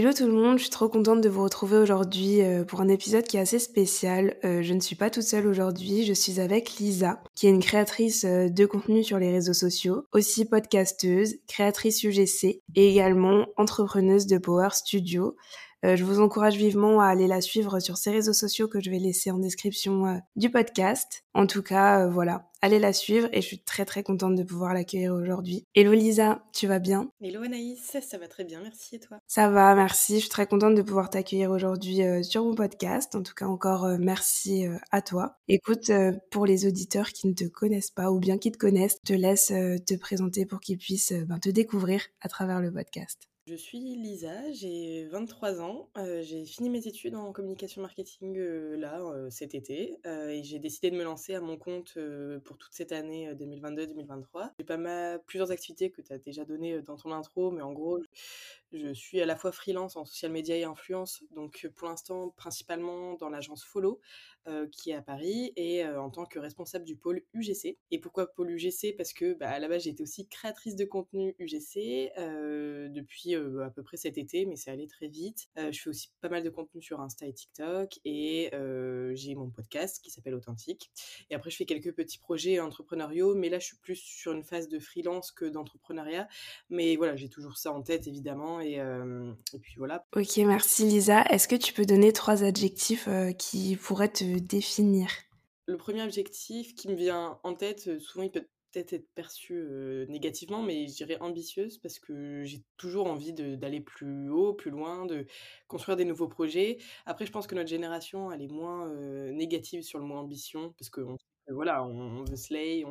Hello tout le monde, je suis trop contente de vous retrouver aujourd'hui pour un épisode qui est assez spécial. Je ne suis pas toute seule aujourd'hui, je suis avec Lisa, qui est une créatrice de contenu sur les réseaux sociaux, aussi podcasteuse, créatrice UGC et également entrepreneuse de Power Studio. Je vous encourage vivement à aller la suivre sur ses réseaux sociaux que je vais laisser en description du podcast. En tout cas, voilà, allez la suivre et je suis très très contente de pouvoir l'accueillir aujourd'hui. Hello Lisa, tu vas bien ? Hello Anaïs, ça va très bien, merci et toi? Ça va, merci. Je suis très contente de pouvoir t'accueillir aujourd'hui sur mon podcast. En tout cas, encore merci à toi. Écoute, pour les auditeurs qui ne te connaissent pas ou bien qui te connaissent, je te laisse te présenter pour qu'ils puissent te découvrir à travers le podcast. Je suis Lisa, j'ai 23 ans, j'ai fini mes études en communication marketing cet été et j'ai décidé de me lancer à mon compte pour toute cette année 2022-2023. J'ai plusieurs activités que tu as déjà données dans ton intro, mais en gros, je suis à la fois freelance en social media et influence, donc pour l'instant principalement dans l'agence Follow qui est à Paris et en tant que responsable du pôle UGC. Et pourquoi pôle UGC? Parce que à la base j'étais aussi créatrice de contenu UGC depuis à peu près cet été, mais c'est allé très vite. Je fais aussi pas mal de contenu sur Insta et TikTok et j'ai mon podcast qui s'appelle Authentique. Et après je fais quelques petits projets entrepreneuriaux, mais là je suis plus sur une phase de freelance que d'entrepreneuriat. Mais voilà, j'ai toujours ça en tête évidemment et puis voilà. Ok, merci Lisa. Est-ce que tu peux donner 3 adjectifs qui pourraient te définir ? Le premier objectif qui me vient en tête, souvent il peut peut-être être perçu négativement, mais je dirais ambitieuse parce que j'ai toujours envie d'aller plus haut, plus loin, de construire des nouveaux projets. Après, je pense que notre génération, elle est moins négative sur le mot ambition parce qu'on voilà, on veut slay,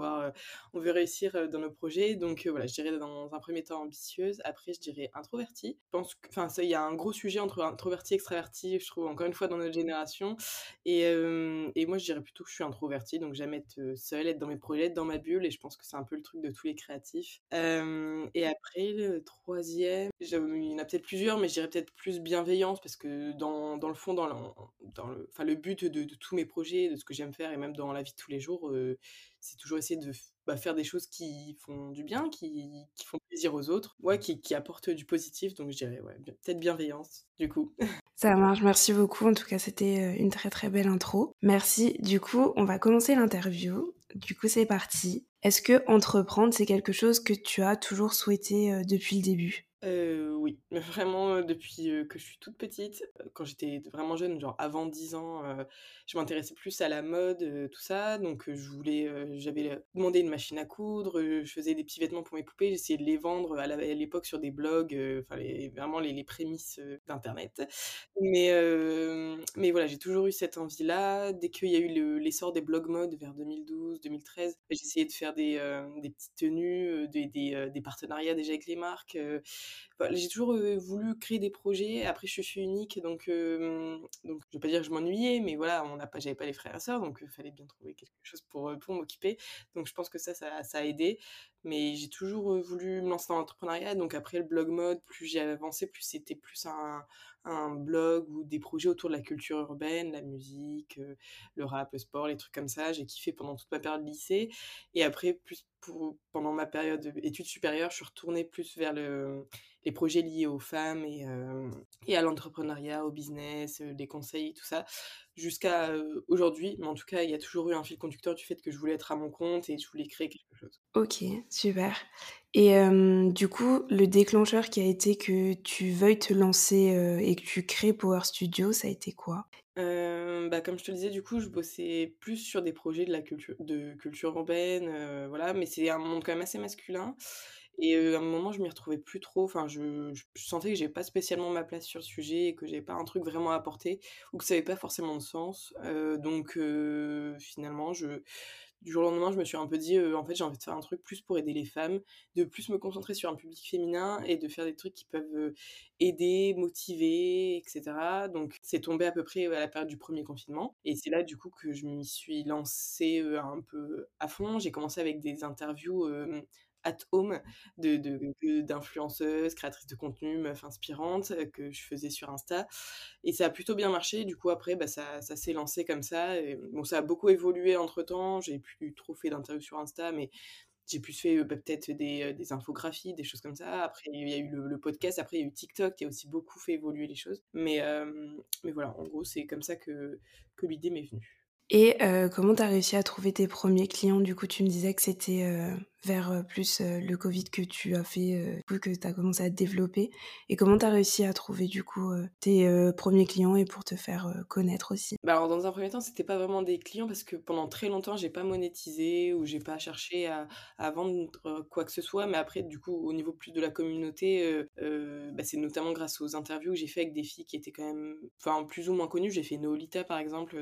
on veut réussir dans nos projets. Donc voilà, je dirais dans un premier temps ambitieuse. Après, je dirais introvertie. Je pense que, enfin, ça, il y a un gros sujet entre introverti et extraverti, je trouve, encore une fois, dans notre génération. Et moi, je dirais plutôt que je suis introvertie, donc j'aime être seule, être dans mes projets, être dans ma bulle, et je pense que c'est un peu le truc de tous les créatifs. Et après, le troisième, il y en a peut-être plusieurs, mais je dirais peut-être plus bienveillance, parce que dans le fond, enfin, le but de tous mes projets, de ce que j'aime faire, et même dans la vie de tous les jours, c'est toujours essayer de faire des choses qui font du bien, qui font plaisir aux autres, ouais, qui apportent du positif, donc je dirais ouais, peut-être bienveillance, du coup. Ça marche, merci beaucoup. En tout cas, c'était une très très belle intro. Merci. Du coup, on va commencer l'interview. Du coup, c'est parti. Est-ce que entreprendre, c'est quelque chose que tu as toujours souhaité depuis le début ? Oui, mais vraiment, depuis, que je suis toute petite, quand j'étais vraiment jeune, genre avant 10 ans, je m'intéressais plus à la mode, tout ça, donc j'avais, demandé une machine à coudre, je faisais des petits vêtements pour mes poupées, j'essayais de les vendre à l'époque sur des blogs, enfin vraiment les prémices, d'internet. Mais voilà, j'ai toujours eu cette envie-là. Dès qu'il y a eu l'essor des blogs mode vers 2012-2013, j'essayais de faire des petites tenues, des partenariats déjà avec les marques, voilà, j'ai toujours voulu créer des projets. Après, je suis unique, donc je vais pas dire que je m'ennuyais, mais voilà, j'avais pas les frères et sœurs, donc il fallait bien trouver quelque chose pour m'occuper. Donc je pense que ça a aidé. Mais j'ai toujours voulu me lancer dans l'entrepreneuriat. Donc après le blog mode, plus j'ai avancé, plus c'était plus un blog ou des projets autour de la culture urbaine, la musique, le rap, le sport, les trucs comme ça. J'ai kiffé pendant toute ma période lycée. Et après, pendant ma période études supérieures, je suis retournée plus vers les projets liés aux femmes et à l'entrepreneuriat, au business, les conseils, tout ça, jusqu'à aujourd'hui. Mais en tout cas, il y a toujours eu un fil conducteur du fait que je voulais être à mon compte et je voulais créer quelque chose. Ok, super. Et du coup, le déclencheur qui a été que tu veuilles te lancer et que tu crées Power Studio, ça a été quoi ? Comme je te le disais, du coup, je bossais plus sur des projets de culture urbaine, voilà, mais c'est un monde quand même assez masculin. Et à un moment, je m'y retrouvais plus trop. Enfin, je sentais que j'avais pas spécialement ma place sur le sujet et que j'avais pas un truc vraiment à apporter ou que ça avait pas forcément de sens. Donc finalement, du jour au lendemain, je me suis un peu dit, en fait, j'ai envie de faire un truc plus pour aider les femmes, de plus me concentrer sur un public féminin et de faire des trucs qui peuvent aider, motiver, etc. Donc c'est tombé à peu près à la période du premier confinement. Et c'est là, du coup, que je m'y suis lancée un peu à fond. J'ai commencé avec des interviews at home d'influenceuses, créatrices de contenu, meufs inspirantes que je faisais sur Insta. Et ça a plutôt bien marché. Du coup, après, ça s'est lancé comme ça. Et, bon, ça a beaucoup évolué entre-temps. J'ai plus trop fait d'interviews sur Insta, mais j'ai plus fait, peut-être des infographies, des choses comme ça. Après il y a eu le podcast, après il y a eu TikTok qui a aussi beaucoup fait évoluer les choses. Mais voilà, en gros, c'est comme ça que l'idée m'est venue. Et comment tu as réussi à trouver tes premiers clients? Du coup, tu me disais que c'était, vers, plus, le covid que tu as fait, du coup, que tu as commencé à te développer et comment tu as réussi à trouver, du coup, tes, 1 clients et pour te faire, connaître aussi? Bah, alors dans un premier temps, c'était pas vraiment des clients parce que pendant très longtemps, j'ai pas monétisé ou j'ai pas cherché à vendre, quoi que ce soit. Mais après, du coup, au niveau plus de la communauté, bah, c'est notamment grâce aux interviews que j'ai fait avec des filles qui étaient quand même, enfin, plus ou moins connues. J'ai fait Noolita, par exemple,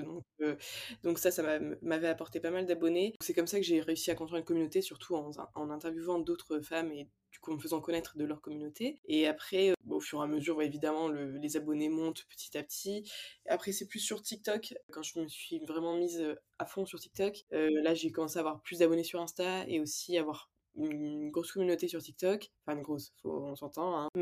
donc ça m'avait apporté pas mal d'abonnés. C'est comme ça que j'ai réussi à construire une communauté, surtout en interviewant d'autres femmes et du coup, en me faisant connaître de leur communauté. Et après, au fur et à mesure, ouais, évidemment, les abonnés montent petit à petit. Après, c'est plus sur TikTok. Quand je me suis vraiment mise, à fond sur TikTok, là, j'ai commencé à avoir plus d'abonnés sur Insta et aussi avoir une grosse communauté sur TikTok. Enfin, une grosse, on s'entend, hein.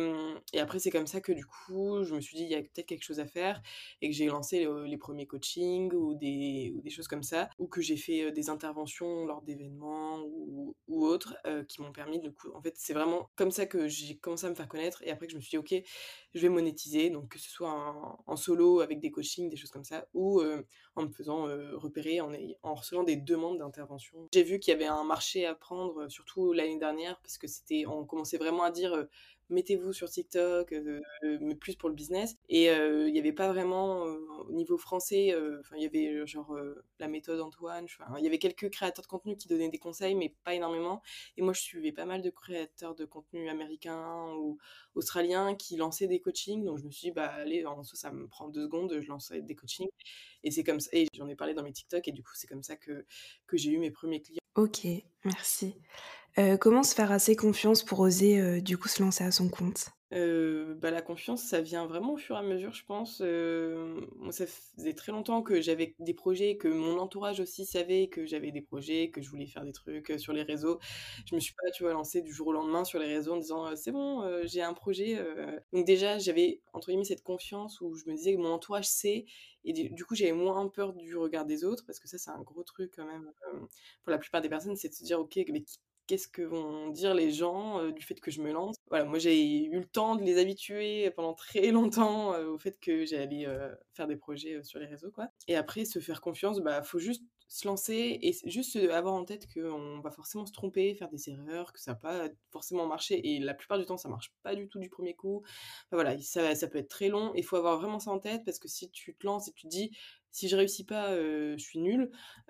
Et après, c'est comme ça que, du coup, je me suis dit: «Il y a peut-être quelque chose à faire» et que j'ai lancé, les 1ers coachings ou des choses comme ça, ou que j'ai fait, des interventions lors d'événements ou autres, qui m'ont permis, du coup en fait, c'est vraiment comme ça que j'ai commencé à me faire connaître et après que je me suis dit: «OK, je vais monétiser», donc que ce soit en solo avec des coachings, des choses comme ça, ou en me faisant repérer, en recevant des demandes d'intervention. J'ai vu qu'il y avait un marché à prendre, surtout l'année dernière, parce que on commençait vraiment à dire mettez-vous sur TikTok, mais plus pour le business. Et il n'y avait pas vraiment, au niveau français, enfin, il y avait genre la méthode Antoine, enfin, il y avait quelques créateurs de contenu qui donnaient des conseils, mais pas énormément. Et moi, je suivais pas mal de créateurs de contenu américains ou australiens qui lançaient des coachings. Donc, je me suis dit, bah, allez, en soi, ça me prend 2 secondes, je lance des coachings. Et c'est comme ça, et j'en ai parlé dans mes TikTok, et du coup, c'est comme ça que j'ai eu mes premiers clients. OK, merci. Comment se faire assez confiance pour oser, du coup, se lancer à son compte? Bah, la confiance, ça vient vraiment au fur et à mesure, je pense. Moi, ça faisait très longtemps que j'avais des projets, que mon entourage aussi savait que j'avais des projets, que je voulais faire des trucs, sur les réseaux. Je me suis pas, tu vois, lancée du jour au lendemain sur les réseaux en disant: «C'est bon, j'ai un projet», Donc déjà, j'avais entre guillemets «cette confiance» où je me disais que mon entourage sait, et du coup, j'avais moins peur du regard des autres parce que ça, c'est un gros truc quand même, pour la plupart des personnes, c'est de se dire: «OK, mais qu'est-ce que vont dire les gens, du fait que je me lance?» Voilà, moi j'ai eu le temps de les habituer pendant très longtemps, au fait que j'allais, faire des projets, sur les réseaux, quoi. Et après se faire confiance, bah, faut juste se lancer et juste, avoir en tête qu'on va forcément se tromper, faire des erreurs, que ça va pas forcément marcher, et la plupart du temps ça marche pas du tout du premier coup. Enfin voilà, ça peut être très long, il faut avoir vraiment ça en tête parce que si tu te lances et tu te dis: «Si je réussis pas, je suis nul»,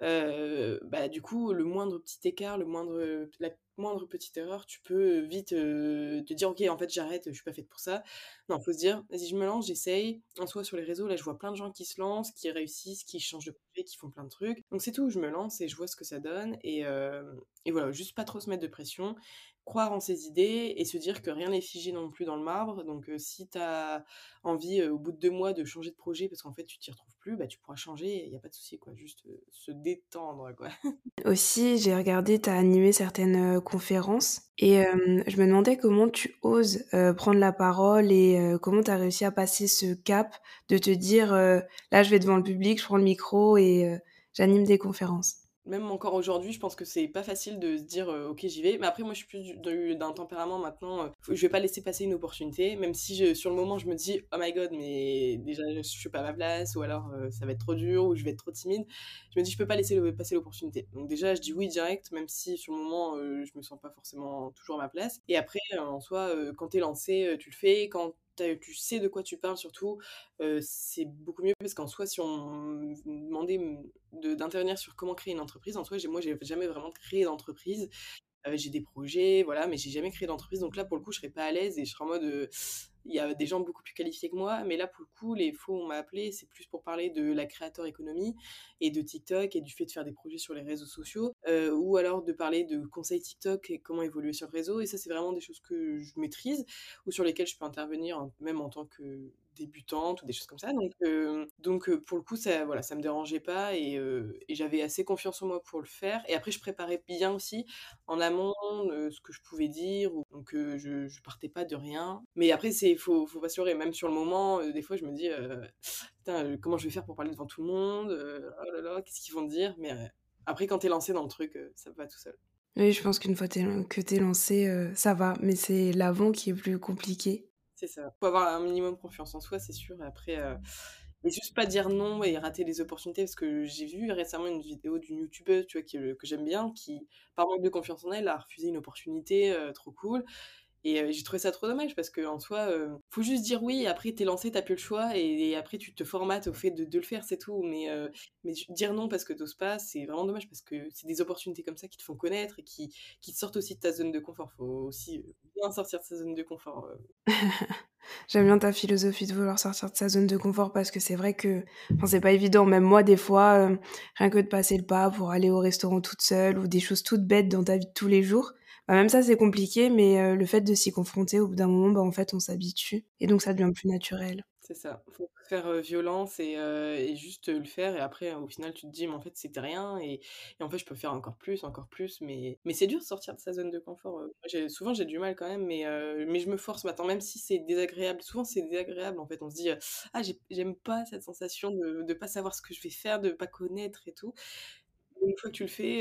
bah, du coup, le moindre petit écart, la moindre petite erreur, tu peux vite, te dire: «OK, en fait, j'arrête, je suis pas faite pour ça». Non, faut se dire: «Vas-y, je me lance, j'essaye». En soi, sur les réseaux, là, je vois plein de gens qui se lancent, qui réussissent, qui changent de projet, qui font plein de trucs. Donc c'est tout, je me lance et je vois ce que ça donne, et voilà, juste pas trop se mettre de pression, croire en ses idées et se dire que rien n'est figé non plus dans le marbre. Donc si tu as envie, au bout de 2 mois de changer de projet parce qu'en fait, tu t'y retrouves plus, bah, tu pourras changer, il y a pas de souci, quoi. Juste, se détendre, quoi. Aussi, j'ai regardé, tu as animé certaines, conférences et je me demandais comment tu oses, prendre la parole et comment tu as réussi à passer ce cap de te dire, «Là, je vais devant le public, je prends le micro et j'anime des conférences». Même encore aujourd'hui, je pense que c'est pas facile de se dire, «OK, j'y vais». Mais après, moi, je suis plus d'un tempérament maintenant, je vais pas laisser passer une opportunité, même si sur le moment, je me dis: «Oh my god, mais déjà, je suis pas à ma place», ou alors, «Ça va être trop dur», ou «Je vais être trop timide». Je me dis: «Je peux pas laisser passer l'opportunité». Donc déjà, je dis oui direct, même si sur le moment, je me sens pas forcément toujours à ma place. Et après, en soi, quand tu es lancé, tu le fais. Quand tu sais de quoi tu parles surtout, c'est beaucoup mieux parce qu'en soi, si on me demandait, d'intervenir sur comment créer une entreprise, en soi, j'ai jamais vraiment créé d'entreprise. J'ai des projets, voilà, mais j'ai jamais créé d'entreprise. Donc là, pour le coup, je serais pas à l'aise et je serais en mode, il y a des gens beaucoup plus qualifiés que moi. Mais là, pour le coup, les fois où on m'a appelé, c'est plus pour parler de la créateur économie et de TikTok et du fait de faire des projets sur les réseaux sociaux, ou alors de parler de conseils TikTok et comment évoluer sur le réseau. Et ça, c'est vraiment des choses que je maîtrise ou sur lesquelles je peux intervenir, même en tant que débutante ou des choses comme ça. Donc pour le coup, ça, voilà, ça me dérangeait pas, et j'avais assez confiance en moi pour le faire. Et après, je préparais bien aussi en amont, ce que je pouvais dire, donc je partais pas de rien. Mais après, faut pas se leurrer, même sur le moment, des fois je me dis, «Putain, comment je vais faire pour parler devant tout le monde? Oh là là, qu'est-ce qu'ils vont dire?» Mais après, quand t'es lancé dans le truc, ça va tout seul. Oui, je pense qu'une fois que t'es lancé, ça va, mais c'est l'avant qui est plus compliqué. C'est ça. Faut avoir un minimum confiance en soi, c'est sûr, et après, et juste pas dire non et rater les opportunités parce que j'ai vu récemment une vidéo d'une youtubeuse, tu vois, que j'aime bien, qui, par manque de confiance en elle, a refusé une opportunité, trop cool. Et j'ai trouvé ça trop dommage parce qu'en soi, faut juste dire oui et après tu es lancé, tu plus le choix et après tu te formates au fait de le faire, c'est tout. Mais dire non parce que tu pas, c'est vraiment dommage parce que c'est des opportunités comme ça qui te font connaître et qui te sortent aussi de ta zone de confort. Faut aussi, bien sortir de sa zone de confort, J'aime bien ta philosophie de vouloir sortir de sa zone de confort parce que c'est vrai que, enfin, c'est pas évident. Même moi, des fois, rien que de passer le pas pour aller au restaurant toute seule ou des choses toutes bêtes dans ta vie de tous les jours, bah, même ça, c'est compliqué, mais le fait de s'y confronter, au bout d'un moment, bah, en fait, on s'habitue et donc ça devient plus naturel. c'est ça. Faut pas faire, violence et juste, le faire et après, au final, tu te dis: «Mais en fait, c'était rien et en fait, je peux faire encore plus». Mais c'est dur de sortir de sa zone de confort, moi, j'ai du mal quand même, mais je me force maintenant, même si c'est désagréable. Souvent, c'est désagréable, en fait. On se dit: «Ah, j'aime pas cette sensation de pas savoir ce que je vais faire, de pas connaître et tout». Une fois que tu le fais,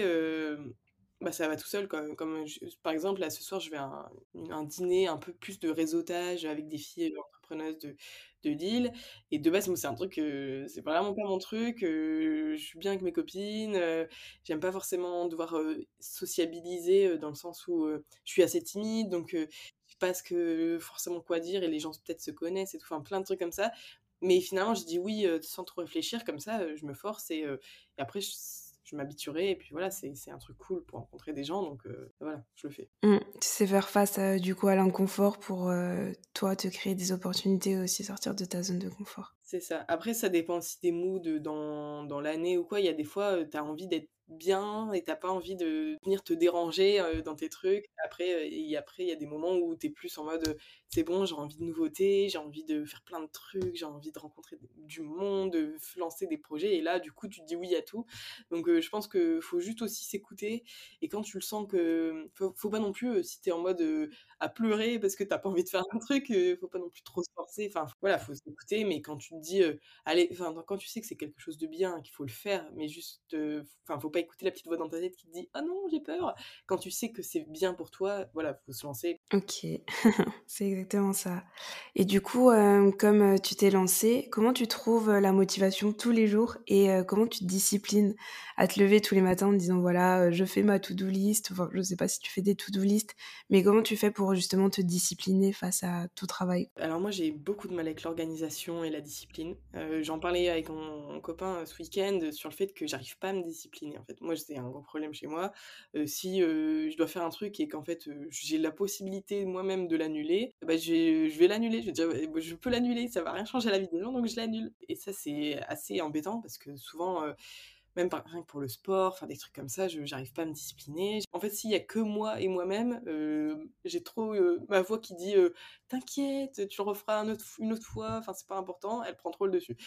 bah, ça va tout seul comme par exemple, là, ce soir, je vais à un dîner un peu plus de réseautage avec des filles, entrepreneuses de Lille et de base, moi, c'est un truc, c'est vraiment pas mon truc, je suis bien avec mes copines, j'aime pas forcément devoir, sociabiliser, dans le sens où, je suis assez timide donc je sais pas forcément quoi dire et les gens peut-être se connaissent et tout, enfin plein de trucs comme ça. Mais finalement, je dis oui, sans trop réfléchir comme ça, je me force et après je m'habituerai et puis voilà, c'est un truc cool pour rencontrer des gens donc voilà, je le fais. Mmh. Tu sais faire face, du coup, à l'inconfort pour, toi, te créer des opportunités et aussi sortir de ta zone de confort. C'est ça. Après, ça dépend aussi des moods, dans l'année ou quoi. Il y a des fois, tu as envie d'être bien et tu pas envie de venir te déranger, dans tes trucs. Après, il y a des moments où tu es plus en mode, «C'est bon, j'ai envie de nouveautés, j'ai envie de faire plein de trucs, j'ai envie de rencontrer du monde, de lancer des projets» et là, du coup, tu te dis oui à tout. Donc je pense que faut juste aussi s'écouter et quand tu le sens que faut pas non plus, si tu es en mode, à pleurer parce que t'as pas envie de faire un truc, faut pas non plus trop se forcer. Enfin, voilà, faut s'écouter, mais quand tu te dis, allez enfin, quand tu sais que c'est quelque chose de bien, qu'il faut le faire, mais juste, enfin, faut pas écouter la petite voix dans ta tête qui te dit: «Ah non, j'ai peur». Quand tu sais que c'est bien pour toi, voilà, faut se lancer. OK, c'est exactement ça. Et du coup, comme, tu t'es lancé, comment tu trouves, la motivation tous les jours et comment tu te disciplines à te lever tous les matins en disant: «Voilà, je fais ma to-do list», enfin, je sais pas si tu fais des to-do list, mais comment tu fais pour justement te discipliner face à ton travail? Alors moi, j'ai beaucoup de mal avec l'organisation et la discipline. J'en parlais avec mon copain, ce week-end, sur le fait que j'arrive pas à me discipliner, en fait. Moi, c'est un gros problème chez moi. Si, je dois faire un truc et qu'en fait, j'ai la possibilité moi-même de l'annuler, bah, je vais l'annuler. Je vais dire: «Ouais, bah, je peux l'annuler, ça va rien changer à la vie des gens, donc je l'annule» et ça, c'est assez embêtant parce que souvent, même rien que pour le sport, enfin des trucs comme ça, je j'arrive pas à me discipliner. En fait, s'il y a que moi et moi-même, j'ai trop, ma voix qui dit, «T'inquiète, tu le referas une autre fois, enfin c'est pas important», elle prend trop le dessus.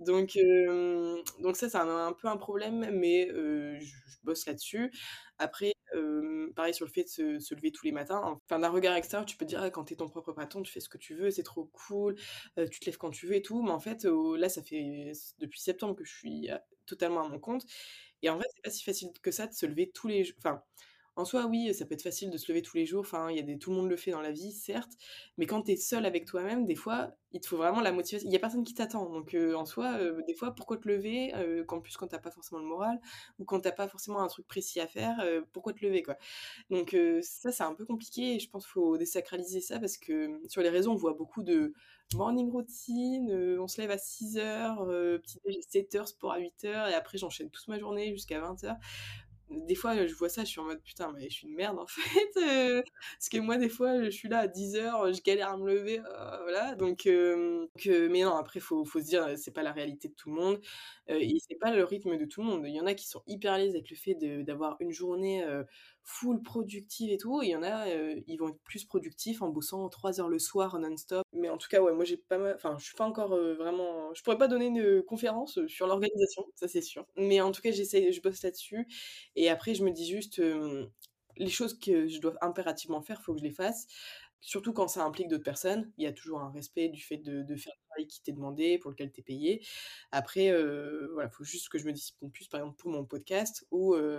Donc ça, c'est un peu un problème, mais je bosse là-dessus. Après, pareil sur le fait de se lever tous les matins, enfin d'un regard extérieur, tu peux te dire: «Ah quand tu es ton propre patron, tu fais ce que tu veux, c'est trop cool, tu te lèves quand tu veux et tout», mais en fait, là, ça fait depuis septembre que je suis totalement à mon compte et en vrai, c'est pas si facile que ça de se lever tous les jours. Enfin, en soi, oui, ça peut être facile de se lever tous les jours, enfin, il y a des tout le monde le fait dans la vie, certes, mais quand tu es seul avec toi-même, des fois, il te faut vraiment la motivation. Il y a personne qui t'attend, donc en soi, des fois, pourquoi te lever, qu'en plus, quand tu pas forcément le moral ou quand tu pas forcément un truc précis à faire, pourquoi te lever, quoi? Donc ça, c'est un peu compliqué et je pense qu'il faut désacraliser ça parce que, sur les réseaux, on voit beaucoup de morning routine, on se lève à 6:00, petit déj à 7:00, sport à 8:00 et après j'enchaîne toute ma journée jusqu'à 20:00. Des fois, je vois ça, je suis en mode: «Putain, mais je suis une merde, en fait», parce que moi, des fois, je suis là à 10:00, je galère à me lever, voilà, mais non, après, faut se dire, c'est pas la réalité de tout le monde, et c'est pas le rythme de tout le monde. Il y en a qui sont hyper à l'aise avec le fait d'avoir une journée, full productive et tout, et il y en a, ils vont être plus productifs en bossant 3 heures le soir non-stop. Mais en tout cas, ouais, moi, j'ai pas mal enfin, je suis pas encore, vraiment je pourrais pas donner une conférence, sur l'organisation, ça, c'est sûr. Mais en tout cas, je bosse là-dessus et après, je me dis juste, les choses que je dois impérativement faire, faut que je les fasse. Surtout quand ça implique d'autres personnes. Il y a toujours un respect du fait de faire le travail qui t'est demandé, pour lequel tu es payé. Après, voilà, faut juste que je me discipline plus, par exemple, pour mon podcast où,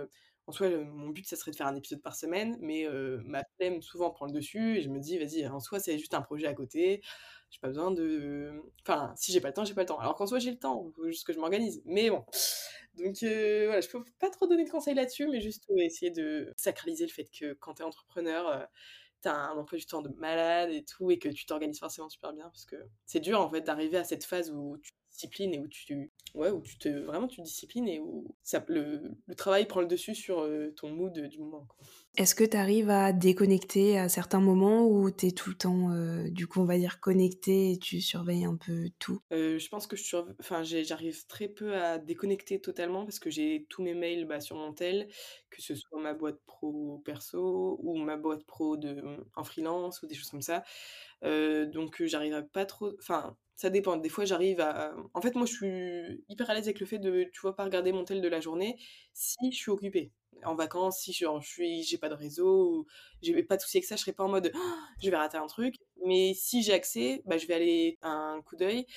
en soi, mon but, ça serait de faire un épisode par semaine, mais ma flemme souvent prend le dessus et je me dis: «Vas-y, en soi, c'est juste un projet à côté, j'ai pas besoin de enfin, si j'ai pas le temps, j'ai pas le temps». Alors qu'en soi, j'ai le temps, faut juste que je m'organise, mais bon. Donc voilà, je peux pas trop donner de conseils là-dessus, mais juste, essayer de sacraliser le fait que quand tu es entrepreneur, tu as un emploi du temps de malade et tout et que tu t'organises forcément super bien parce que c'est dur, en fait, d'arriver à cette phase où tu te disciplines et où tu ouais, où tu te vraiment tu te disciplines et où ça le travail prend le dessus sur, ton mood, du moment, quoi. Est-ce que tu arrives à déconnecter à certains moments où tu es tout le temps, du coup, on va dire connecté et tu surveilles un peu tout? Je pense que enfin, j'arrive très peu à déconnecter totalement parce que j'ai tous mes mails, bah, sur mon tel, que ce soit ma boîte pro perso ou ma boîte pro en freelance ou des choses comme ça. Donc j'arrive à pas trop enfin, ça dépend. Des fois, j'arrive à en fait, moi, je suis hyper à l'aise avec le fait de, tu vois, pas regarder mon tel de la journée si je suis occupée. En vacances, si genre j'ai pas de réseau ou j'ai pas de souci avec ça, je serais pas en mode: «Ah, je vais rater un truc». Mais si j'ai accès, bah, je vais aller un coup d'œil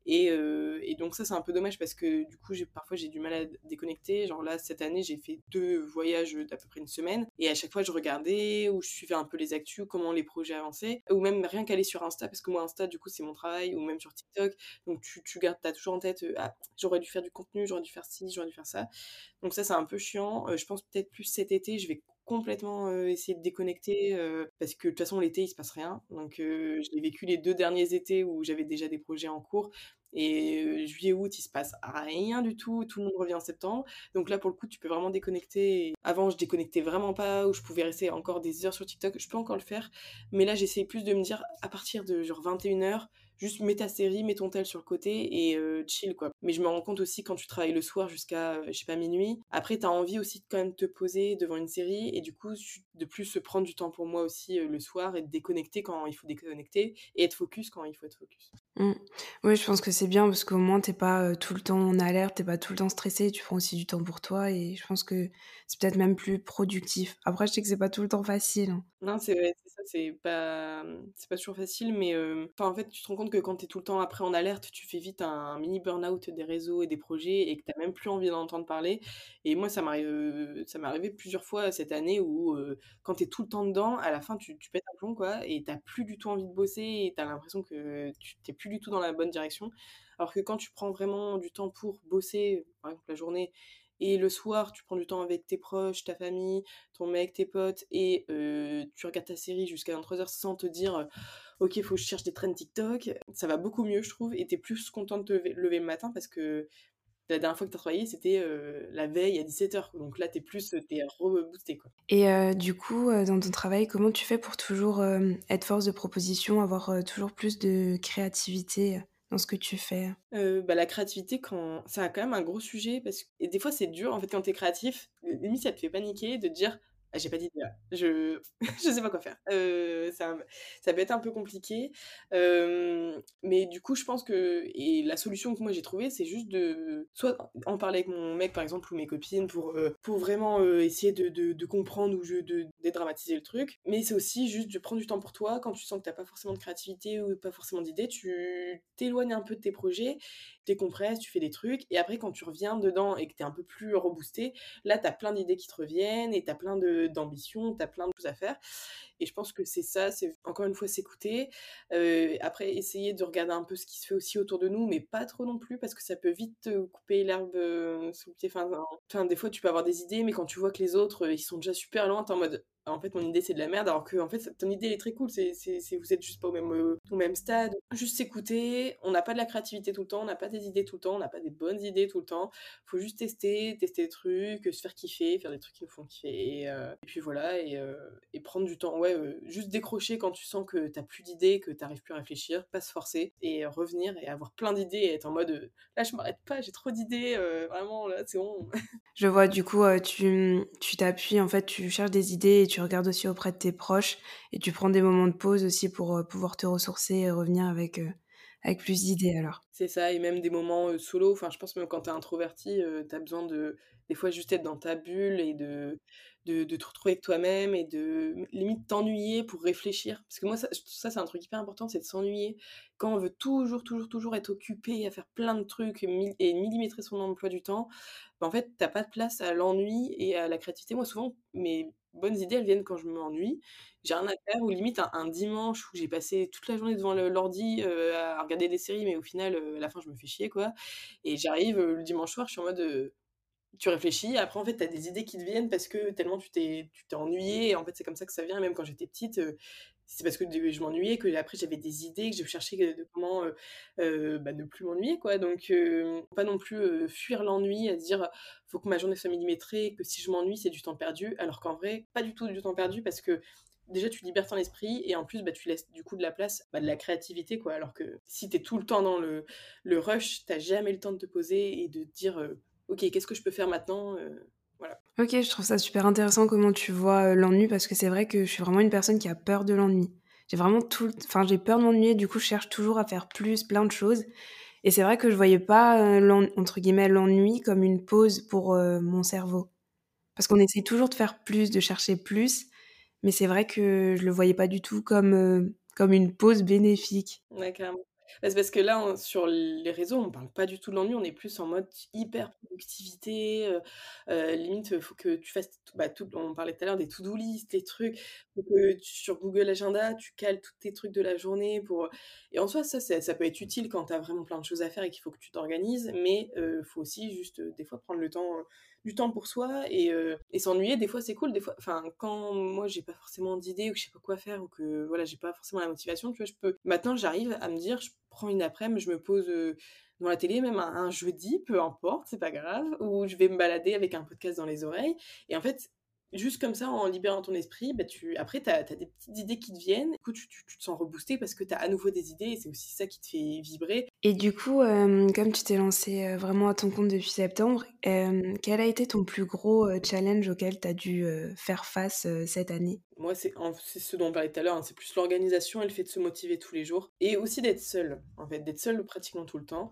et donc ça, c'est un peu dommage parce que du coup, parfois, j'ai du mal à déconnecter. Genre là, cette année, j'ai fait 2 voyages, d'à peu près une semaine et à chaque fois, je regardais ou je suivais un peu les actus, comment les projets avançaient ou même rien qu'aller sur Insta parce que moi, Insta, du coup, c'est mon travail ou même sur TikTok. Donc tu gardes tu toujours en tête, «Ah, j'aurais dû faire du contenu, j'aurais dû faire ci, j'aurais dû faire ça». Donc ça, c'est un peu chiant. Je pense peut-être plus cet été, je vais complètement, essayer de déconnecter, parce que de toute façon l'été, il se passe rien. Donc je l'ai vécu les 2 derniers étés où j'avais déjà des projets en cours et juillet, août, il se passe rien du tout, tout le monde revient en septembre. Donc là, pour le coup, tu peux vraiment déconnecter. Avant, je déconnectais vraiment pas, ou je pouvais rester encore des heures sur TikTok. Je peux encore le faire, mais là, j'essaie plus de me dire à partir de genre 21h, juste mets ta série, mets ton tel sur le côté et chill, quoi. Mais je me rends compte aussi quand tu travailles le soir jusqu'à, je sais pas, minuit, après tu as envie aussi de quand même te poser devant une série et du coup, de plus se prendre du temps pour moi aussi, le soir et de déconnecter quand il faut déconnecter et être focus quand il faut être focus. Mmh. Oui, je pense que c'est bien parce qu'au moins tu es pas, tout le temps en alerte, tu es pas tout le temps stressé, tu prends aussi du temps pour toi et je pense que c'est peut-être même plus productif. Après, je sais que c'est pas tout le temps facile, hein. Non, c'est vrai, c'est ça, c'est pas toujours facile, mais enfin, en fait, tu te rends compte que quand tu es tout le temps après en alerte, tu fais vite un mini burn-out des réseaux et des projets et que tu as même plus envie d'en entendre parler et moi, ça m'est arrivé plusieurs fois cette année où, quand tu es tout le temps dedans, à la fin, tu pètes un plomb, quoi et tu plus du tout envie de bosser et tu as l'impression que tu plus du tout dans la bonne direction. Alors que quand tu prends vraiment du temps pour bosser, par exemple la journée et le soir, tu prends du temps avec tes proches, ta famille, ton mec, tes potes, et tu regardes ta série jusqu'à 23h sans te dire ok, faut que je cherche des trends TikTok, ça va beaucoup mieux, je trouve, et t'es plus content de te lever le matin parce que la dernière fois que t'as travaillé, c'était la veille à 17h. Donc là, t'es reboosté, quoi. Et du coup, dans ton travail, comment tu fais pour toujours, être force de proposition, avoir, toujours plus de créativité, dans ce que tu fais? Bah, la créativité quand c'est quand même un gros sujet parce que et des fois c'est dur en fait quand t'es créatif, limite ça te fait paniquer de te dire: «Ah j'ai pas d'idée là, je je sais pas quoi faire». Ça peut être un peu compliqué, mais du coup je pense que et la solution que moi j'ai trouvée, c'est juste de soit en parler avec mon mec par exemple ou mes copines pour vraiment, essayer de comprendre ou de dédramatiser le truc, mais c'est aussi juste de prendre du temps pour toi quand tu sens que t'as pas forcément de créativité ou pas forcément d'idées, tu t'éloignes un peu de tes projets, décompresses, tu fais des trucs et après quand tu reviens dedans et que tu es un peu plus reboosté, là tu as plein d'idées qui te reviennent et tu as plein d'ambitions, tu as plein de choses à faire et je pense que c'est ça, c'est encore une fois s'écouter, après essayer de regarder un peu ce qui se fait aussi autour de nous, mais pas trop non plus parce que ça peut vite te couper l'herbe, sous le pied. Enfin des fois tu peux avoir des idées, mais quand tu vois que les autres, ils sont déjà super loin, tu es en mode: «En fait mon idée c'est de la merde», alors que en fait ton idée elle est très cool, vous êtes juste pas au même stade. Juste s'écouter, on n'a pas de la créativité tout le temps, on n'a pas des idées tout le temps, on n'a pas des bonnes idées tout le temps. Faut juste tester des trucs, se faire kiffer, faire des trucs qui nous font kiffer et puis voilà et prendre du temps. Ouais, juste décrocher quand tu sens que t'as plus d'idées, que t'arrives plus à réfléchir, pas se forcer et revenir et avoir plein d'idées et être en mode, «Là je m'arrête pas, j'ai trop d'idées, vraiment là c'est bon». Je vois, du coup, tu t'appuies, en fait, tu cherches des idées et tu regardes aussi auprès de tes proches et tu prends des moments de pause aussi pour, pouvoir te ressourcer et revenir avec plus d'idées alors. C'est ça et même des moments, solo, enfin je pense même quand tu es introverti, tu as besoin de des fois juste être dans ta bulle et de te retrouver avec toi-même et de limite t'ennuyer pour réfléchir. Parce que moi ça c'est un truc hyper important, c'est de s'ennuyer. Quand on veut toujours, toujours, toujours être occupé à faire plein de trucs et millimétrer son emploi du temps, bah, en fait, tu pas de place à l'ennui et à la créativité. Moi, souvent, mes bonnes idées, elles viennent quand je m'ennuie. J'ai rien à faire ou limite un dimanche où j'ai passé toute la journée devant l'ordi, à regarder des séries, mais au final, à la fin, je me fais chier, quoi, et j'arrive, le dimanche soir, je suis en mode, tu réfléchis, après en fait, tu as des idées qui te viennent parce que tellement tu t'es ennuyé et en fait, c'est comme ça que ça vient. Et même quand j'étais petite, c'est parce que je m'ennuyais que après j'avais des idées, que je cherchais, de comment, bah, ne plus m'ennuyer, quoi. Donc pas non plus, fuir l'ennui, à se dire: «Faut que ma journée soit millimétrée, que si je m'ennuie, c'est du temps perdu». Alors qu'en vrai, pas du tout du temps perdu parce que déjà tu libères ton esprit et en plus, bah, tu laisses du coup de la place, bah, de la créativité, quoi. Alors que si tu es tout le temps dans le rush, tu jamais le temps de te poser et de te dire, OK, qu'est-ce que je peux faire maintenant? Voilà. OK, je trouve ça super intéressant comment tu vois, l'ennui parce que c'est vrai que je suis vraiment une personne qui a peur de l'ennui. J'ai vraiment j'ai peur de m'ennuyer, du coup, je cherche toujours à faire plus, plein de choses et c'est vrai que je voyais pas, entre guillemets «l'ennui» comme une pause pour, mon cerveau. Parce qu'on essaie toujours de faire plus, de chercher plus, mais c'est vrai que je le voyais pas du tout comme une pause bénéfique. Ouais, carrément. Bah, c'est parce que là, sur les réseaux, on parle pas du tout de l'ennui, on est plus en mode hyper productivité, limite, faut que tu fasses bah, tout on parlait tout à l'heure des to-do list, les trucs, faut que sur Google Agenda, tu cales tous tes trucs de la journée pour, et en soi, ça peut être utile quand tu as vraiment plein de choses à faire et qu'il faut que tu t'organises, mais faut aussi juste, des fois prendre le temps, du temps pour soi et s'ennuyer, des fois, c'est cool, des fois enfin, quand moi, j'ai pas forcément d'idées ou que je sais pas quoi faire ou que, voilà, j'ai pas forcément la motivation, tu vois, je peux maintenant, j'arrive à me dire: «Je prends une après-midi, je me pose, devant la télé, même un jeudi, peu importe, c'est pas grave, ou je vais me balader avec un podcast dans les oreilles», et en fait, juste comme ça, en libérant ton esprit, bah, tu as des petites idées qui te viennent. Du coup, tu te sens reboosté parce que tu as à nouveau des idées et c'est aussi ça qui te fait vibrer. Et du coup, comme tu t'es lancé vraiment à ton compte depuis septembre, quel a été ton plus gros, challenge auquel tu as dû, faire face, cette année? Moi, c'est ce dont on parlait tout à l'heure, hein, c'est plus l'organisation et le fait de se motiver tous les jours et aussi d'être seul, en fait, d'être seul pratiquement tout le temps.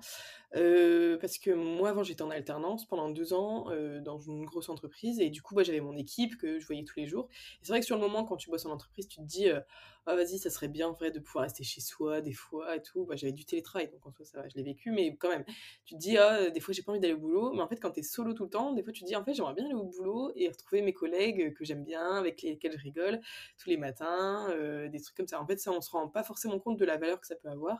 Parce que moi, avant, j'étais en alternance pendant 2 ans, dans une grosse entreprise et du coup, bah, j'avais mon équipe que je voyais tous les jours et c'est vrai que sur le moment, quand tu bosses en entreprise, tu te dis, «Ah vas-y, ça serait bien en vrai de pouvoir rester chez soi des fois et tout». Bah, j'avais du télétravail donc en soi ça va, je l'ai vécu, mais quand même, tu te dis: «Ah, des fois j'ai pas envie d'aller au boulot», mais en fait, quand tu es solo tout le temps, des fois tu te dis: «En fait, j'aimerais bien aller au boulot et retrouver mes collègues, que j'aime bien, avec lesquels je rigole tous les matins», des trucs comme ça. En fait, ça, on se rend pas forcément compte de la valeur que ça peut avoir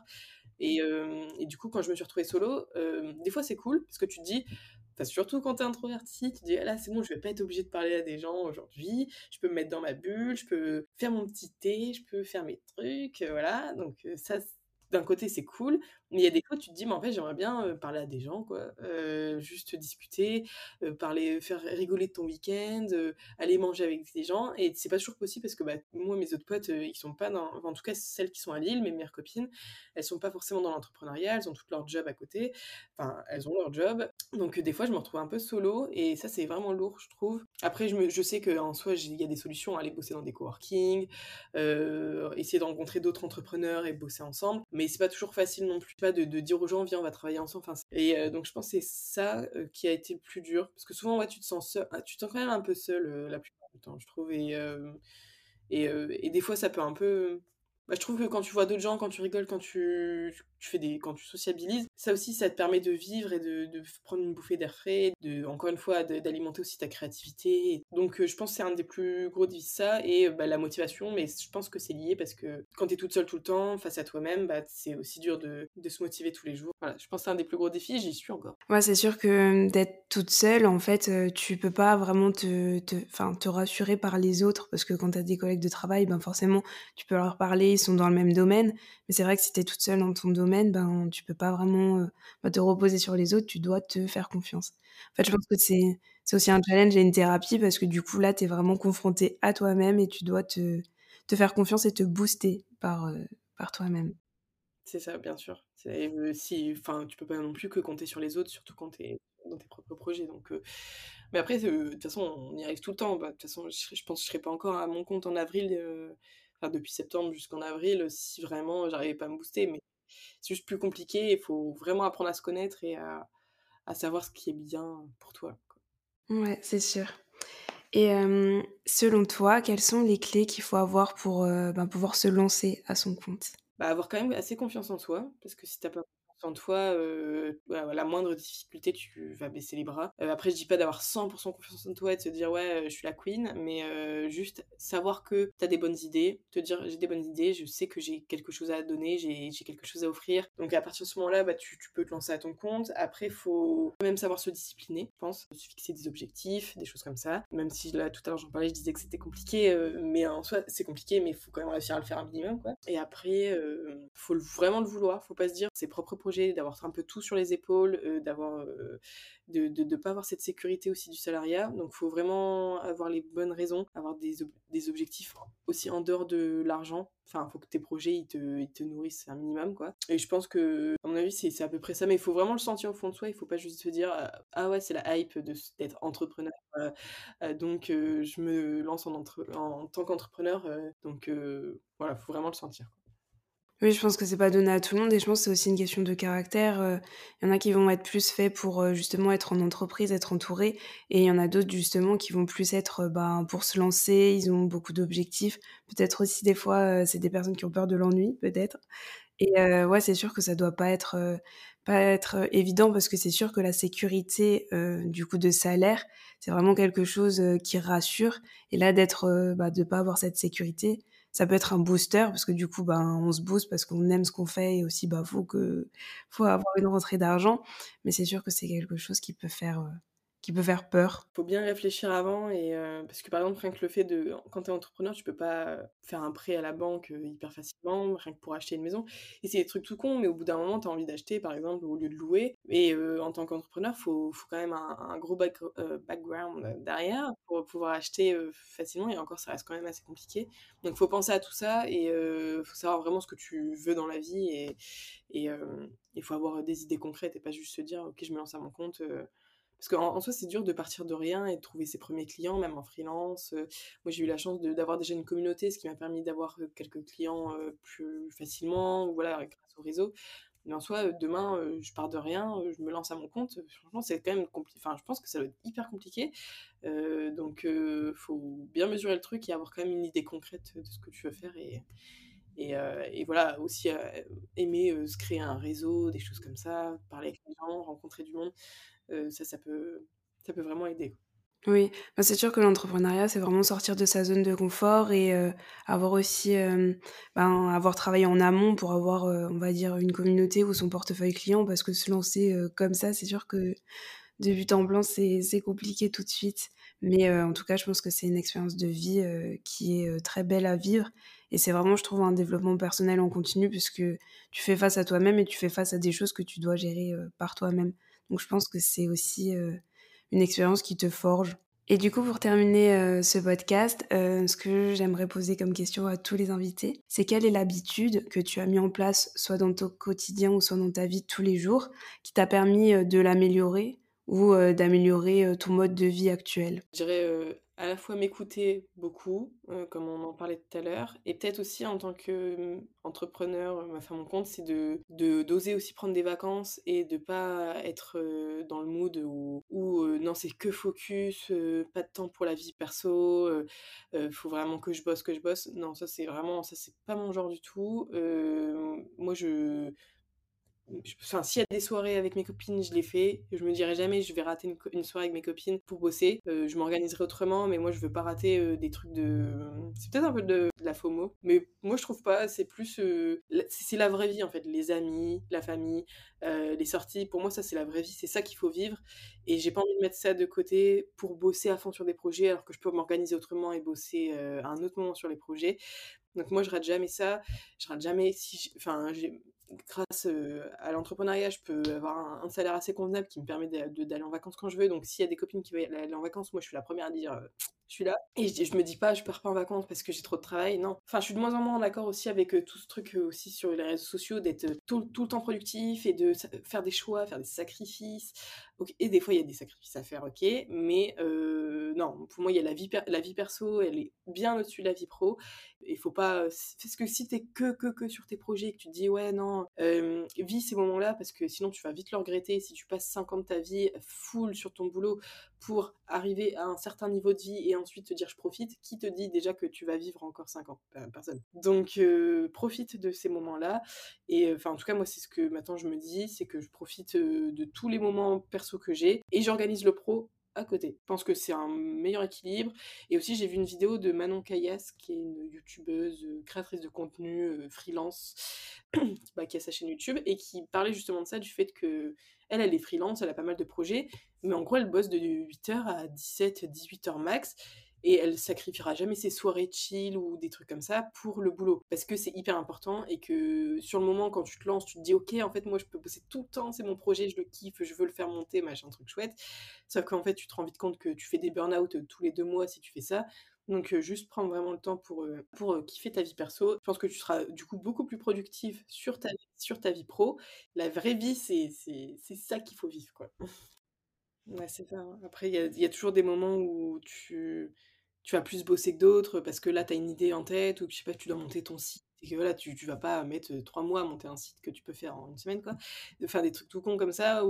et du coup, quand je me suis retrouvée solo, des fois c'est cool parce que tu te dis enfin, surtout quand t'es introverti, tu te dis: «Ah là, c'est bon, je vais pas être obligée de parler à des gens aujourd'hui, je peux me mettre dans ma bulle, je peux faire mon petit thé, je peux faire mes trucs», voilà, donc ça, d'un côté, c'est cool, mais il y a des fois, tu te dis: «Mais en fait, j'aimerais bien, parler à des gens, quoi, juste discuter, parler, faire rigoler de ton week-end, aller manger avec des gens» et c'est pas toujours possible parce que, bah, moi, mes autres potes, ils sont pas dans enfin, en tout cas, celles qui sont à Lille, mes meilleures copines, elles sont pas forcément dans l'entrepreneuriat, elles ont toutes leur job à côté, enfin, elles ont leur job, donc des fois, je me retrouve un peu solo et ça, c'est vraiment lourd, je trouve. Après, je sais qu'en soi, il y a des solutions, à aller bosser dans des coworking, essayer de rencontrer d'autres entrepreneurs et bosser ensemble, mais c'est pas toujours facile non plus, pas de dire aux gens: «Viens, on va travailler ensemble», enfin, donc je pense que c'est ça, qui a été le plus dur, parce que souvent, ouais, tu te sens seul tu te sens quand même un peu seul, la plupart du temps, je trouve et des fois, ça peut un peu bah, je trouve que quand tu vois d'autres gens, quand tu rigoles, quand tu sociabilises, ça aussi, ça te permet de vivre et de prendre une bouffée d'air frais, encore une fois, d'alimenter aussi ta créativité. Donc, je pense que c'est un des plus gros défis, ça, et bah, la motivation, mais je pense que c'est lié parce que quand tu es toute seule tout le temps, face à toi-même, bah, c'est aussi dur de se motiver tous les jours. Voilà, je pense que c'est un des plus gros défis, j'y suis encore. Ouais, c'est sûr que, d'être toute seule, en fait, tu peux pas vraiment te rassurer par les autres parce que quand tu as des collègues de travail, ben, forcément, tu peux leur parler, ils sont dans le même domaine. Mais c'est vrai que si tu es toute seule dans ton domaine, ben, tu peux pas vraiment, bah, te reposer sur les autres, tu dois te faire confiance. En fait, je pense que c'est aussi un challenge et une thérapie parce que du coup, là, tu es vraiment confrontée à toi-même et tu dois te faire confiance et te booster par toi-même. C'est ça, bien sûr. C'est, si enfin, tu peux pas non plus que compter sur les autres, surtout quand tu es dans tes propres projets, donc mais après, de toute façon, on y arrive tout le temps. Bah, de toute façon, je pense que je serais pas encore à mon compte en avril, enfin, depuis septembre jusqu'en avril, si vraiment j'arrivais pas à me booster, mais c'est juste plus compliqué. Il faut vraiment apprendre à se connaître et à savoir ce qui est bien pour toi, quoi. Ouais, c'est sûr. Et selon toi, quelles sont les clés qu'il faut avoir pour, pouvoir se lancer à son compte? Bah, avoir quand même assez confiance en soi, parce que si tu as pas confiance en toi, bah, la moindre difficulté, tu vas baisser les bras. Après je dis pas d'avoir 100 confiance en toi et de se dire: «Ouais, je suis la queen», mais juste savoir que tu as des bonnes idées, te dire: «J'ai des bonnes idées, je sais que j'ai quelque chose à donner, j'ai quelque chose à offrir». Donc à partir de ce moment-là, bah, tu peux te lancer à ton compte. Après faut quand même savoir se discipliner, je pense, se fixer des objectifs, des choses comme ça. Même si là, tout à l'heure, j'en parlais, je disais que c'était compliqué, mais en soi, c'est compliqué, mais il faut quand même réussir à le faire un minimum, quoi. Et après, faut vraiment le vouloir, faut pas se dire ses propres projets, d'avoir un peu tout sur les épaules, d'avoir, de pas avoir cette sécurité aussi du salariat. Donc faut vraiment avoir les bonnes raisons, avoir des objectifs aussi en dehors de l'argent. Enfin, faut que tes projets, ils te nourrissent un minimum, quoi. Et je pense que, à mon avis, c'est à peu près ça, mais il faut vraiment le sentir au fond de soi, il faut pas juste se dire: «Ah ouais, c'est la hype d'être entrepreneur, donc je me lance en tant qu'entrepreneur», donc voilà, faut vraiment le sentir. Oui, je pense que c'est pas donné à tout le monde et je pense que c'est aussi une question de caractère, il y en a qui vont être plus faits pour, justement être en entreprise, être entourés et il y en a d'autres justement qui vont plus être, pour se lancer, ils ont beaucoup d'objectifs. Peut-être aussi des fois, c'est des personnes qui ont peur de l'ennui, peut-être et ouais, c'est sûr que ça doit pas être, évident parce que c'est sûr que la sécurité, du coup de salaire, c'est vraiment quelque chose, qui rassure et là d'être, de pas avoir cette sécurité, ça peut être un booster parce que du coup, on se booste parce qu'on aime ce qu'on fait et aussi, faut avoir une rentrée d'argent. Mais c'est sûr que c'est quelque chose qui peut faire peur. Faut bien réfléchir avant et parce que, par exemple, rien que le fait de quand tu es entrepreneur, tu peux pas faire un prêt à la banque, hyper facilement, rien que pour acheter une maison et c'est des trucs tout cons, mais au bout d'un moment, tu as envie d'acheter, par exemple, au lieu de louer et en tant qu'entrepreneur, faut quand même un gros background, derrière pour pouvoir acheter, facilement et encore, ça reste quand même assez compliqué. Donc faut penser à tout ça et faut savoir vraiment ce que tu veux dans la vie et il faut avoir des idées concrètes et pas juste se dire: «OK, je me lance à mon compte», parce qu'en soi, c'est dur de partir de rien et de trouver ses premiers clients, même en freelance. Moi, j'ai eu la chance d'avoir déjà une communauté, ce qui m'a permis d'avoir quelques clients plus facilement, ou voilà, grâce au réseau. Mais en soi, demain, je pars de rien, je me lance à mon compte. Franchement, c'est quand même compliqué. Enfin, je pense que ça doit être hyper compliqué. Donc, faut bien mesurer le truc et avoir quand même une idée concrète de ce que tu veux faire. Et voilà, aussi aimer se créer un réseau, des choses comme ça, parler avec les gens, rencontrer du monde. Ça peut vraiment aider, quoi. Oui, c'est sûr que l'entrepreneuriat, c'est vraiment sortir de sa zone de confort et avoir aussi, avoir travaillé en amont pour avoir, on va dire, une communauté ou son portefeuille client parce que se lancer, comme ça, c'est sûr que de but en blanc, c'est compliqué tout de suite. Mais en tout cas, je pense que c'est une expérience de vie, qui est, très belle à vivre et c'est vraiment, je trouve, un développement personnel en continu puisque tu fais face à toi-même et tu fais face à des choses que tu dois gérer, par toi-même. Donc je pense que c'est aussi, une expérience qui te forge. Et du coup, pour terminer, ce podcast, ce que j'aimerais poser comme question à tous les invités, c'est quelle est l'habitude que tu as mis en place, soit dans ton quotidien ou soit dans ta vie de tous les jours, qui t'a permis, de l'améliorer ou, d'améliorer, ton mode de vie actuel? Je dirais, à la fois m'écouter beaucoup, comme on en parlait tout à l'heure et peut-être aussi en tant qu'entrepreneur, à mon compte, c'est d'oser aussi prendre des vacances et de pas être, dans le mood où non, c'est que focus, pas de temps pour la vie perso, faut vraiment que je bosse, que je bosse. Non, ça c'est pas mon genre du tout. Moi enfin, s'il y a des soirées avec mes copines, je les fais. Je me dirai jamais: «Je vais rater une soirée avec mes copines pour bosser». Je m'organiserai autrement, mais moi, je veux pas rater, des trucs c'est peut-être un peu de la FOMO, mais moi, je trouve pas. C'est plus, c'est la vraie vie, en fait. Les amis, la famille, les sorties. Pour moi, ça, c'est la vraie vie. C'est ça qu'il faut vivre et j'ai pas envie de mettre ça de côté pour bosser à fond sur des projets, alors que je peux m'organiser autrement et bosser, à un autre moment sur les projets. Donc moi, je rate jamais ça. Je rate jamais si enfin, grâce à l'entrepreneuriat, je peux avoir un salaire assez convenable qui me permet d'aller en vacances quand je veux. Donc s'il y a des copines qui veulent aller en vacances, moi, je suis la première à dire je suis là. Et je me dis pas, je pars pas en vacances parce que j'ai trop de travail. Non. Enfin, je suis de moins en moins d'accord aussi avec tout ce truc aussi sur les réseaux sociaux, d'être tout le temps productif et de faire des choix, faire des sacrifices. Ok. Et des fois, il y a des sacrifices à faire, ok. Mais non, pour moi, il y a la vie perso, elle est bien au-dessus de la vie pro. Il faut pas, parce que si t'es que sur tes projets et que tu te dis ouais non, vis ces moments-là parce que sinon tu vas vite le regretter. Si tu passes 5 ans de ta vie full sur ton boulot pour arriver à un certain niveau de vie et ensuite te dire: «Je profite», qui te dit déjà que tu vas vivre encore 5 ans? Personne. Donc profite de ces moments-là et enfin, en tout cas, moi, c'est ce que maintenant je me dis, c'est que je profite, de tous les moments perso que j'ai et j'organise le pro à côté. Je pense que c'est un meilleur équilibre et aussi j'ai vu une vidéo de Manon Kayas qui est une youtubeuse, créatrice de contenu, freelance, qui a sa chaîne YouTube et qui parlait justement de ça, du fait qu'elle, elle est freelance, elle a pas mal de projets, mais en gros elle bosse de 8 heures à 17-18 heures max et elle sacrifiera jamais ses soirées chill ou des trucs comme ça pour le boulot. Parce que c'est hyper important et que sur le moment, quand tu te lances, tu te dis ok, en fait, moi je peux bosser tout le temps, c'est mon projet, je le kiffe, je veux le faire monter, machin, truc chouette. Sauf qu'en fait, tu te rends vite compte que tu fais des burn-out tous les 2 mois si tu fais ça. Donc juste prendre vraiment le temps pour kiffer ta vie perso. Je pense que tu seras du coup beaucoup plus productif sur ta vie pro. La vraie vie, c'est ça qu'il faut vivre, quoi. Ouais, c'est ça, hein. Après, il y a toujours des moments où tu vas plus bosser que d'autres parce que là, tu as une idée en tête ou que, je sais pas, tu dois monter ton site et que voilà, tu vas pas mettre 3 mois à monter un site que tu peux faire en une semaine, quoi. De faire des trucs tout cons comme ça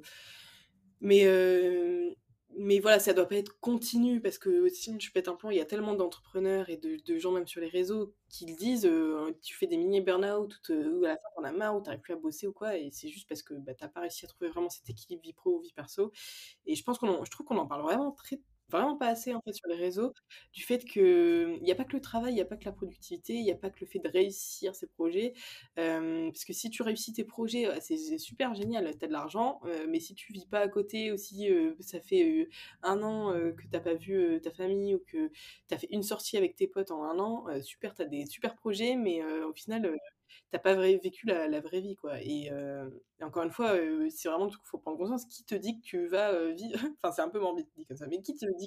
mais, euh, mais voilà, ça doit pas être continu parce que sinon tu pètes un plomb. Il y a tellement d'entrepreneurs et de gens, même sur les réseaux, qui le disent tu fais des mini burn-out où à la fin t'en as marre, ou t'arrives plus à bosser ou quoi. Et c'est juste parce que t'as pas réussi à trouver vraiment cet équilibre vie pro, vie perso. Et je trouve qu'on en parle vraiment pas assez en fait sur les réseaux, du fait que il y a pas que le travail, il y a pas que la productivité, il y a pas que le fait de réussir ses projets. Parce que si tu réussis tes projets, c'est super génial, tu as de l'argent, mais si tu vis pas à côté aussi, ça fait 1 an que t'as pas vu ta famille ou que tu as fait une sortie avec tes potes en 1 an, super, tu as des super projets, mais au final, t'as pas vécu la vraie vie, quoi. Et encore une fois, c'est vraiment un truc qu'il faut prendre conscience. Qui te dit que tu vas vivre enfin, c'est un peu morbide dit comme ça, mais qui te dit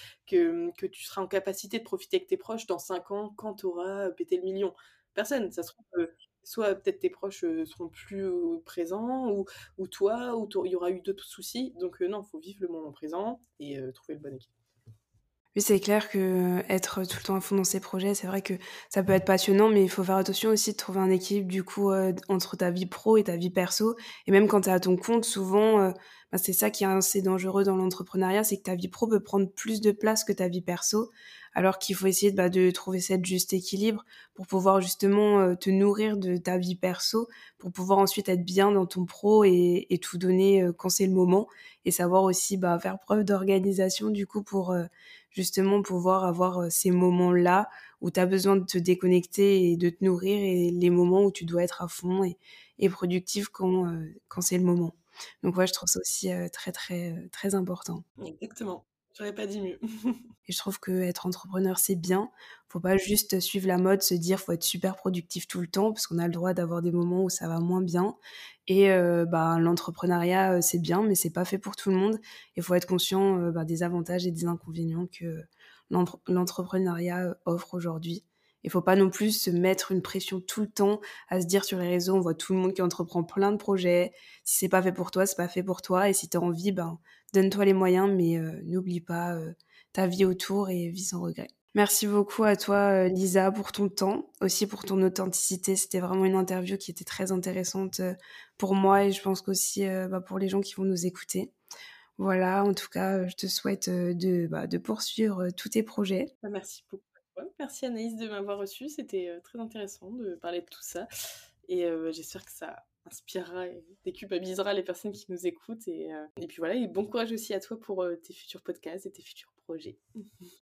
que tu seras en capacité de profiter avec tes proches dans 5 ans quand tu auras pété le million? Personne. Ça se trouve, soit peut-être tes proches seront plus présents, ou toi, ou il y aura eu d'autres soucis. Donc non, faut vivre le moment présent et trouver le bon équilibre. Oui, c'est clair que être tout le temps à fond dans ses projets, c'est vrai que ça peut être passionnant, mais il faut faire attention aussi de trouver un équilibre du coup entre ta vie pro et ta vie perso. Et même quand tu es à ton compte, souvent, c'est ça qui est assez dangereux dans l'entrepreneuriat, c'est que ta vie pro peut prendre plus de place que ta vie perso, alors qu'il faut essayer de trouver cet juste équilibre pour pouvoir justement te nourrir de ta vie perso, pour pouvoir ensuite être bien dans ton pro et tout donner quand c'est le moment, et savoir aussi faire preuve d'organisation du coup pour justement pouvoir avoir ces moments-là où tu as besoin de te déconnecter et de te nourrir, et les moments où tu dois être à fond et productif quand c'est le moment. Donc ouais, je trouve ça aussi très, très, très important. Exactement. J'aurais pas dit mieux. Et je trouve qu'être entrepreneur, c'est bien. Faut pas juste suivre la mode, se dire faut être super productif tout le temps, parce qu'on a le droit d'avoir des moments où ça va moins bien. Et l'entrepreneuriat, c'est bien, mais c'est pas fait pour tout le monde. Il faut être conscient des avantages et des inconvénients que l'entrepreneuriat offre aujourd'hui. Il faut pas non plus se mettre une pression tout le temps à se dire sur les réseaux, on voit tout le monde qui entreprend plein de projets. Si c'est pas fait pour toi, c'est pas fait pour toi. Et si tu as envie, donne-toi les moyens, mais n'oublie pas ta vie autour et vis sans regret. Merci beaucoup à toi, Lisa, pour ton temps, aussi pour ton authenticité. C'était vraiment une interview qui était très intéressante pour moi, et je pense qu'aussi pour les gens qui vont nous écouter. Voilà, en tout cas, je te souhaite de poursuivre tous tes projets. Merci beaucoup à toi. Merci Anaïs de m'avoir reçue. C'était très intéressant de parler de tout ça. Et j'espère que ça inspirera et déculpabilisera les personnes qui nous écoutent. Et puis voilà, et bon courage aussi à toi pour tes futurs podcasts et tes futurs projets.